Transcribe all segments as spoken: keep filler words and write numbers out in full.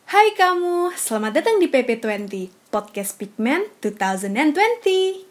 Hai kamu, selamat datang di P P dua puluh, Podcast Pigment dua ribu dua puluh.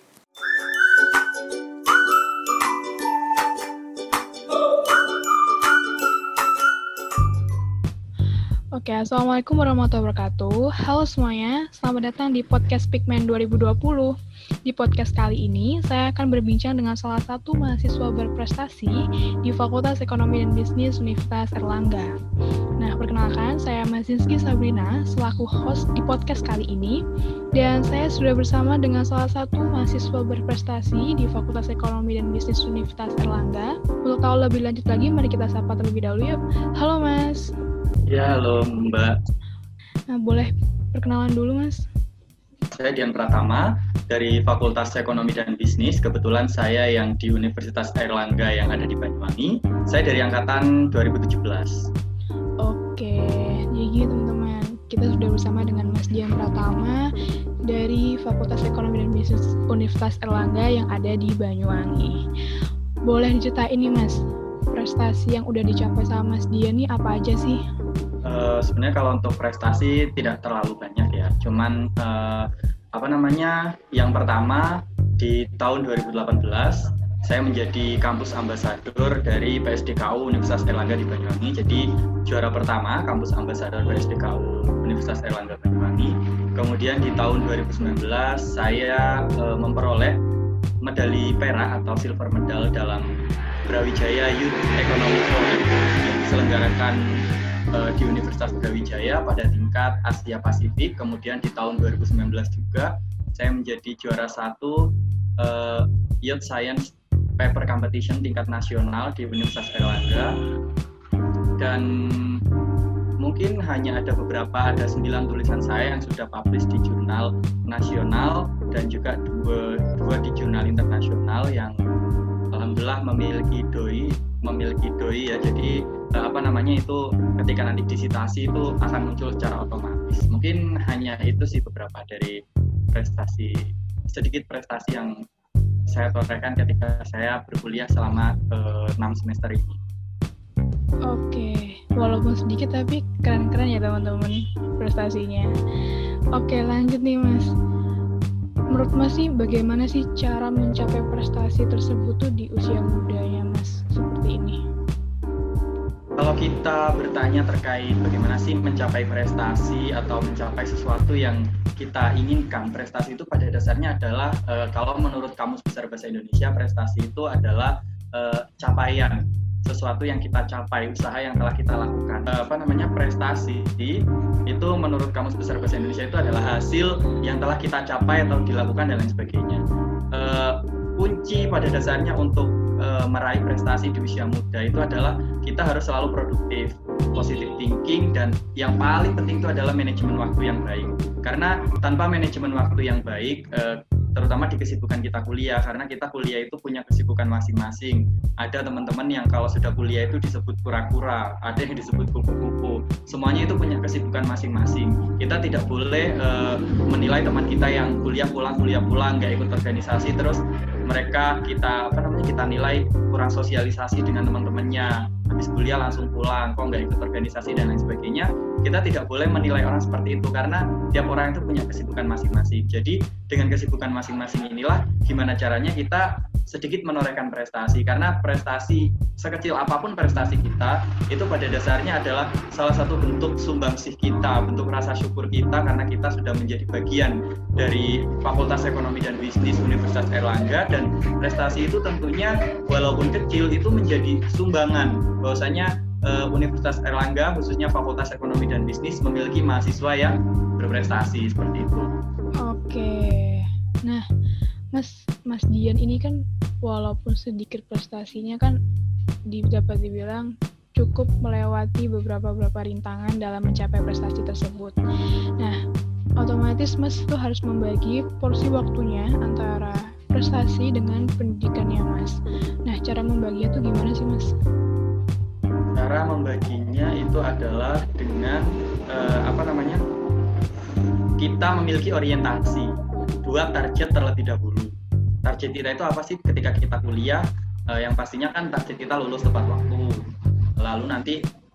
Oke, Assalamualaikum warahmatullahi wabarakatuh. Halo semuanya, selamat datang di Podcast Pigment dua ribu dua puluh. Di podcast kali ini, saya akan berbincang dengan salah satu mahasiswa berprestasi di Fakultas Ekonomi dan Bisnis Universitas Airlangga. Nah, perkenalkan, saya Mazinski Sabrina, selaku host di podcast kali ini. Dan saya sudah bersama dengan salah satu mahasiswa berprestasi di Fakultas Ekonomi dan Bisnis Universitas Airlangga. Untuk tahu lebih lanjut lagi, mari kita sapa terlebih dahulu yuk. Halo Mas. Ya, halo Mbak. Nah, boleh perkenalan dulu Mas? Saya Dian Pratama dari Fakultas Ekonomi dan Bisnis. Kebetulan saya yang di Universitas Airlangga yang ada di Banyuwangi. Saya dari angkatan dua ribu tujuh belas. Oke, jadi teman-teman, kita sudah bersama dengan Mas Dian Pratama dari Fakultas Ekonomi dan Bisnis Universitas Airlangga yang ada di Banyuwangi. Boleh diceritain nih Mas, prestasi yang udah dicapai sama Mas Dian nih apa aja sih? Uh, sebenarnya kalau untuk prestasi tidak terlalu banyak ya. Cuman uh, apa namanya? Yang pertama di tahun dua ribu delapan belas saya menjadi kampus ambasador dari P S D K U Universitas Airlangga di Banyuwangi. Jadi juara pertama kampus ambasador P S D K U Universitas Airlangga Banyuwangi. Kemudian di tahun dua ribu sembilan belas saya uh, memperoleh medali perak atau silver medal dalam Brawijaya Youth Economic Forum yang diselenggarakan uh, di Universitas Brawijaya pada tingkat Asia Pasifik. Kemudian di tahun dua ribu sembilan belas juga saya menjadi juara satu uh, Youth Science Paper Competition tingkat nasional di Universitas Airlangga. Dan mungkin hanya ada beberapa, ada sembilan tulisan saya yang sudah publish di jurnal nasional dan juga dua, dua di jurnal internasional yang alhamdulillah memiliki doi, memiliki doi ya. Jadi apa namanya itu ketika nanti disitasi itu akan muncul secara otomatis. Mungkin hanya itu sih beberapa dari prestasi, sedikit prestasi yang saya torehkan ketika saya berkuliah selama uh, enam semester ini. Oke, walaupun sedikit tapi keren-keren ya teman-teman prestasinya. Oke, lanjut nih Mas. Menurut Mas sih bagaimana sih cara mencapai prestasi tersebut tuh di usia mudanya Mas seperti ini? Kalau kita bertanya terkait bagaimana sih mencapai prestasi atau mencapai sesuatu yang kita inginkan, prestasi itu pada dasarnya adalah e, kalau menurut Kamus Besar Bahasa Indonesia, prestasi itu adalah e, capaian, sesuatu yang kita capai, usaha yang telah kita lakukan. E, apa namanya prestasi itu menurut Kamus Besar Bahasa Indonesia itu adalah hasil yang telah kita capai atau dilakukan dan lain sebagainya. E, kunci pada dasarnya untuk e, meraih prestasi di usia muda itu adalah kita harus selalu produktif, positive thinking, dan yang paling penting itu adalah manajemen waktu yang baik. Karena tanpa manajemen waktu yang baik, e, terutama di kesibukan kita kuliah, karena kita kuliah itu punya kesibukan masing-masing. Ada teman-teman yang kalau sudah kuliah itu disebut kura-kura, ada yang disebut kupu-kupu. Semuanya itu punya kesibukan masing-masing. Kita tidak boleh uh, menilai teman kita yang kuliah pulang, kuliah pulang, nggak ikut organisasi, terus mereka kita apa namanya kita nilai kurang sosialisasi dengan teman-temannya. Habis kuliah langsung pulang, kok nggak ikut organisasi dan lain sebagainya. Kita tidak boleh menilai orang seperti itu karena tiap orang itu punya kesibukan masing-masing. Jadi dengan kesibukan masing-masing inilah gimana caranya kita sedikit menorehkan prestasi, karena prestasi sekecil apapun prestasi kita itu pada dasarnya adalah salah satu bentuk sumbangsih kita, bentuk rasa syukur kita karena kita sudah menjadi bagian dari Fakultas Ekonomi dan Bisnis Universitas Airlangga. Dan prestasi itu tentunya walaupun kecil itu menjadi sumbangan bahwasanya uh, Universitas Airlangga khususnya Fakultas Ekonomi dan Bisnis memiliki mahasiswa yang berprestasi seperti itu. Oke, nah Mas Mas Dian ini kan walaupun sedikit prestasinya kan dapat dibilang cukup melewati beberapa beberapa rintangan dalam mencapai prestasi tersebut. Nah, otomatis Mas itu harus membagi porsi waktunya antara prestasi dengan pendidikannya Mas. Nah, cara membaginya tuh gimana sih Mas? Cara membaginya itu adalah dengan eh, apa namanya? Kita memiliki orientasi, buat target terlebih dahulu. Target kita itu apa sih ketika kita kuliah? Eh, yang pastinya kan target kita lulus tepat waktu. Lalu nanti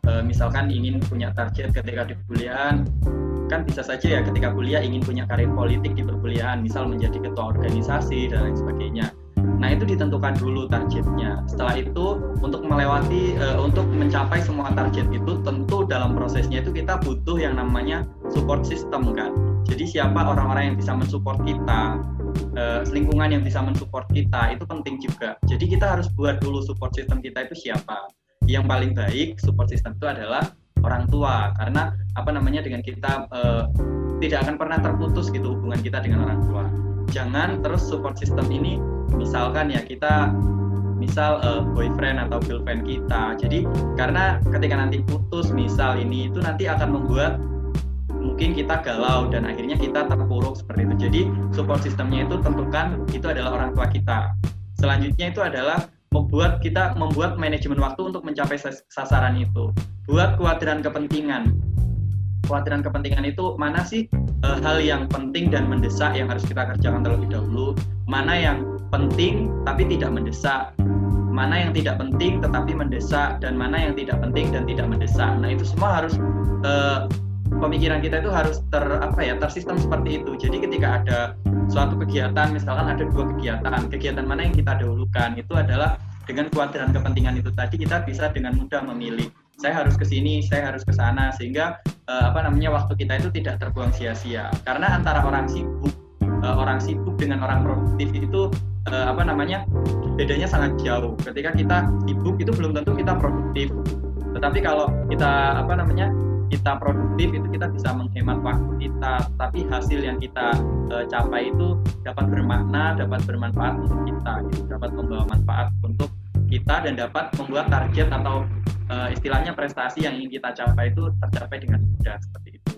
uh, misalkan ingin punya target ketika di kuliahan, kan bisa saja ya ketika kuliah ingin punya karir politik di perkuliahan, misal menjadi ketua organisasi dan lain sebagainya. Nah itu ditentukan dulu targetnya. Setelah itu untuk melewati, uh, untuk mencapai semua target itu tentu dalam prosesnya itu kita butuh yang namanya support system kan. Jadi siapa orang-orang yang bisa mensupport kita, uh, lingkungan yang bisa mensupport kita itu penting juga. Jadi kita harus buat dulu support system kita itu siapa. Yang paling baik support system itu adalah orang tua, karena apa namanya dengan kita uh, tidak akan pernah terputus gitu hubungan kita dengan orang tua. Jangan terus support system ini misalkan ya kita misal uh, boyfriend atau girlfriend kita. Jadi karena ketika nanti putus misal ini itu nanti akan membuat mungkin kita galau dan akhirnya kita terpuruk seperti itu. Jadi support systemnya itu tentukan itu adalah orang tua kita. Selanjutnya itu adalah membuat kita membuat manajemen waktu untuk mencapai sasaran itu. Buat kuadran kepentingan. Kuadran kepentingan itu mana sih e, hal yang penting dan mendesak yang harus kita kerjakan terlebih dahulu, mana yang penting tapi tidak mendesak, mana yang tidak penting tetapi mendesak, dan mana yang tidak penting dan tidak mendesak. Nah itu semua harus e, pemikiran kita itu harus ter apa ya tersistem seperti itu. Jadi ketika ada suatu kegiatan, misalkan ada dua kegiatan, kegiatan mana yang kita dahulukan itu adalah dengan kuadran kepentingan itu tadi kita bisa dengan mudah memilih. Saya harus ke sini, saya harus ke sana, sehingga eh, apa namanya waktu kita itu tidak terbuang sia-sia. Karena antara orang sibuk, eh, orang sibuk dengan orang produktif itu eh, apa namanya bedanya sangat jauh. Ketika kita sibuk itu belum tentu kita produktif. Tetapi kalau kita apa namanya kita produktif itu kita bisa menghemat waktu kita, tapi hasil yang kita e, capai itu dapat bermakna, dapat bermanfaat untuk kita, gitu. Dapat membawa manfaat untuk kita dan dapat membuat target atau e, istilahnya prestasi yang ingin kita capai itu tercapai dengan mudah seperti itu.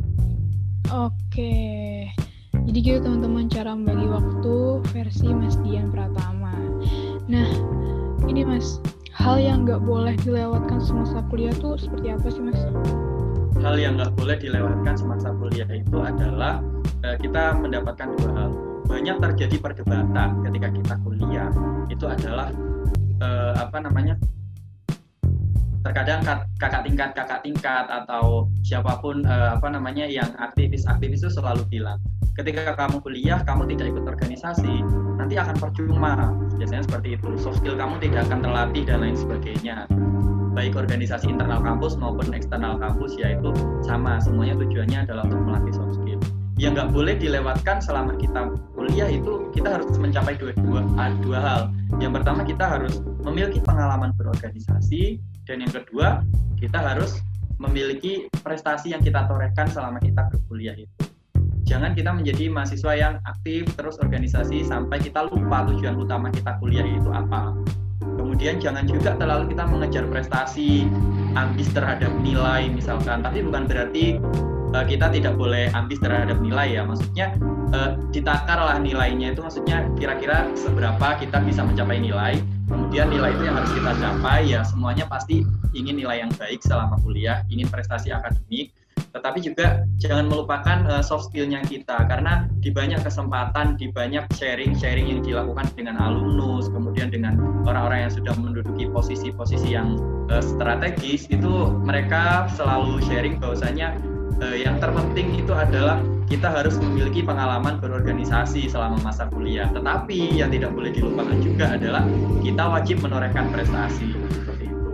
Oke, jadi gitu teman-teman cara membagi waktu versi Mas Dian Pratama. Nah, ini Mas, hal yang nggak boleh dilewatkan semasa kuliah tuh seperti apa sih Mas? Hal yang nggak boleh dilewatkan semasa kuliah itu adalah eh, kita mendapatkan dua hal. Banyak terjadi perdebatan ketika kita kuliah itu adalah eh, apa namanya terkadang kakak tingkat kakak tingkat atau siapapun eh, apa namanya yang aktivis-aktivis itu selalu bilang ketika kamu kuliah kamu tidak ikut organisasi nanti akan percuma. Biasanya seperti itu, soft skill kamu tidak akan terlatih dan lain sebagainya. Baik organisasi internal kampus maupun eksternal kampus yaitu sama, semuanya tujuannya adalah untuk melatih soft skill. Yang nggak boleh dilewatkan selama kita kuliah itu kita harus mencapai dua, dua, dua hal. Yang pertama kita harus memiliki pengalaman berorganisasi, dan yang kedua kita harus memiliki prestasi yang kita torehkan selama kita berkuliah itu. Jangan kita menjadi mahasiswa yang aktif terus organisasi sampai kita lupa tujuan utama kita kuliah itu apa. Kemudian jangan juga terlalu kita mengejar prestasi, ambis terhadap nilai misalkan, tapi bukan berarti uh, kita tidak boleh ambis terhadap nilai ya, maksudnya uh, ditakarlah nilainya itu, maksudnya kira-kira seberapa kita bisa mencapai nilai, kemudian nilai itu yang harus kita capai ya semuanya pasti ingin nilai yang baik selama kuliah, ingin prestasi akademik, tetapi juga jangan melupakan uh, soft skill-nya kita, karena di banyak kesempatan, di banyak sharing-sharing yang dilakukan dengan alumnus, kemudian dengan orang-orang yang sudah menduduki posisi-posisi yang uh, strategis, itu mereka selalu sharing bahwasanya uh, yang terpenting itu adalah kita harus memiliki pengalaman berorganisasi selama masa kuliah, tetapi yang tidak boleh dilupakan juga adalah kita wajib menorehkan prestasi, seperti itu.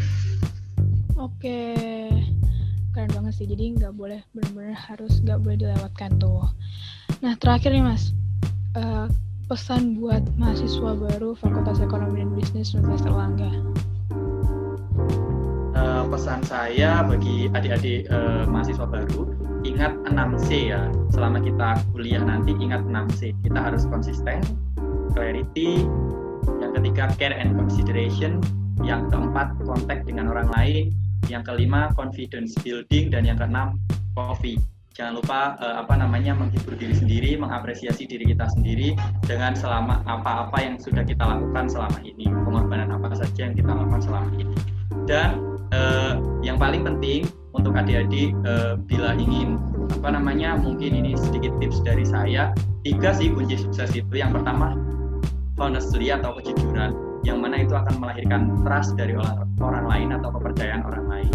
Oke. Keren banget sih, jadi nggak boleh, benar-benar harus nggak boleh dilewatkan tuh. Nah terakhir nih Mas, uh, pesan buat mahasiswa baru Fakultas Ekonomi dan Bisnis Universitas Erlangga. Uh, pesan saya bagi adik-adik uh, mahasiswa baru, ingat enam C ya, selama kita kuliah nanti ingat enam C. Kita harus konsisten, clarity, yang ketiga care and consideration, yang keempat kontak dengan orang lain, yang kelima confidence building, dan yang keenam coffee. Jangan lupa eh, apa namanya menghibur diri sendiri, mengapresiasi diri kita sendiri dengan selama apa-apa yang sudah kita lakukan selama ini, pengorbanan apa saja yang kita lakukan selama ini. Dan eh, yang paling penting untuk adik-adik eh, bila ingin apa namanya mungkin ini sedikit tips dari saya, tiga sih kunci sukses itu. Yang pertama honestly atau kejujuran, yang mana itu akan melahirkan trust dari orang, orang lain atau kepercayaan orang lain.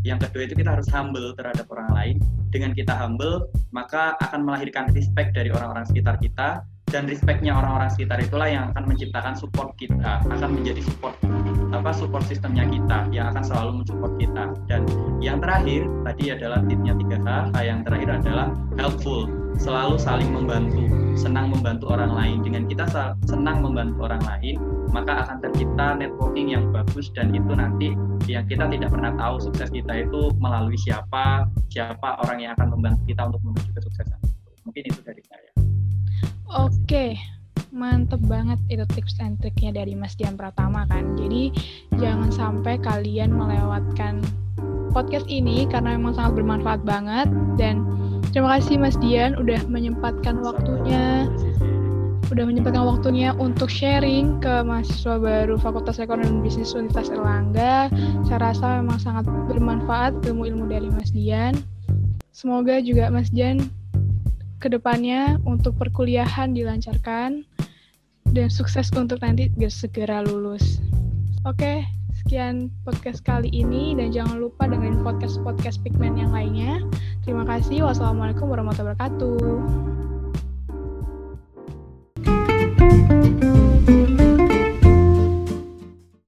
Yang kedua itu kita harus humble terhadap orang lain. Dengan kita humble, maka akan melahirkan respect dari orang-orang sekitar kita, dan respect-nya orang-orang sekitar itulah yang akan menciptakan support kita, akan menjadi support apa support sistemnya kita yang akan selalu mensupport kita. Dan yang terakhir tadi adalah tipnya tiga H. H yang terakhir adalah helpful, selalu saling membantu, senang membantu orang lain. Dengan kita senang membantu orang lain, maka akan tercipta networking yang bagus, dan itu nanti yang kita tidak pernah tahu sukses kita itu melalui siapa siapa orang yang akan membantu kita untuk menuju kesuksesan. Mungkin itu dari saya. Oke, mantep banget itu tips and triknya dari Mas Dian Pratama kan. Jadi jangan sampai kalian melewatkan podcast ini karena memang sangat bermanfaat banget. Dan terima kasih Mas Dian udah menyempatkan waktunya udah menyempatkan waktunya untuk sharing ke mahasiswa baru Fakultas Ekonomi dan Bisnis Universitas Airlangga. Saya rasa memang sangat bermanfaat ilmu-ilmu dari Mas Dian. Semoga juga Mas Dian kedepannya untuk perkuliahan dilancarkan dan sukses untuk nanti biar segera lulus. Oke, sekian podcast kali ini dan jangan lupa dengerin podcast-podcast Pigment yang lainnya. Terima kasih. Wassalamualaikum warahmatullahi wabarakatuh.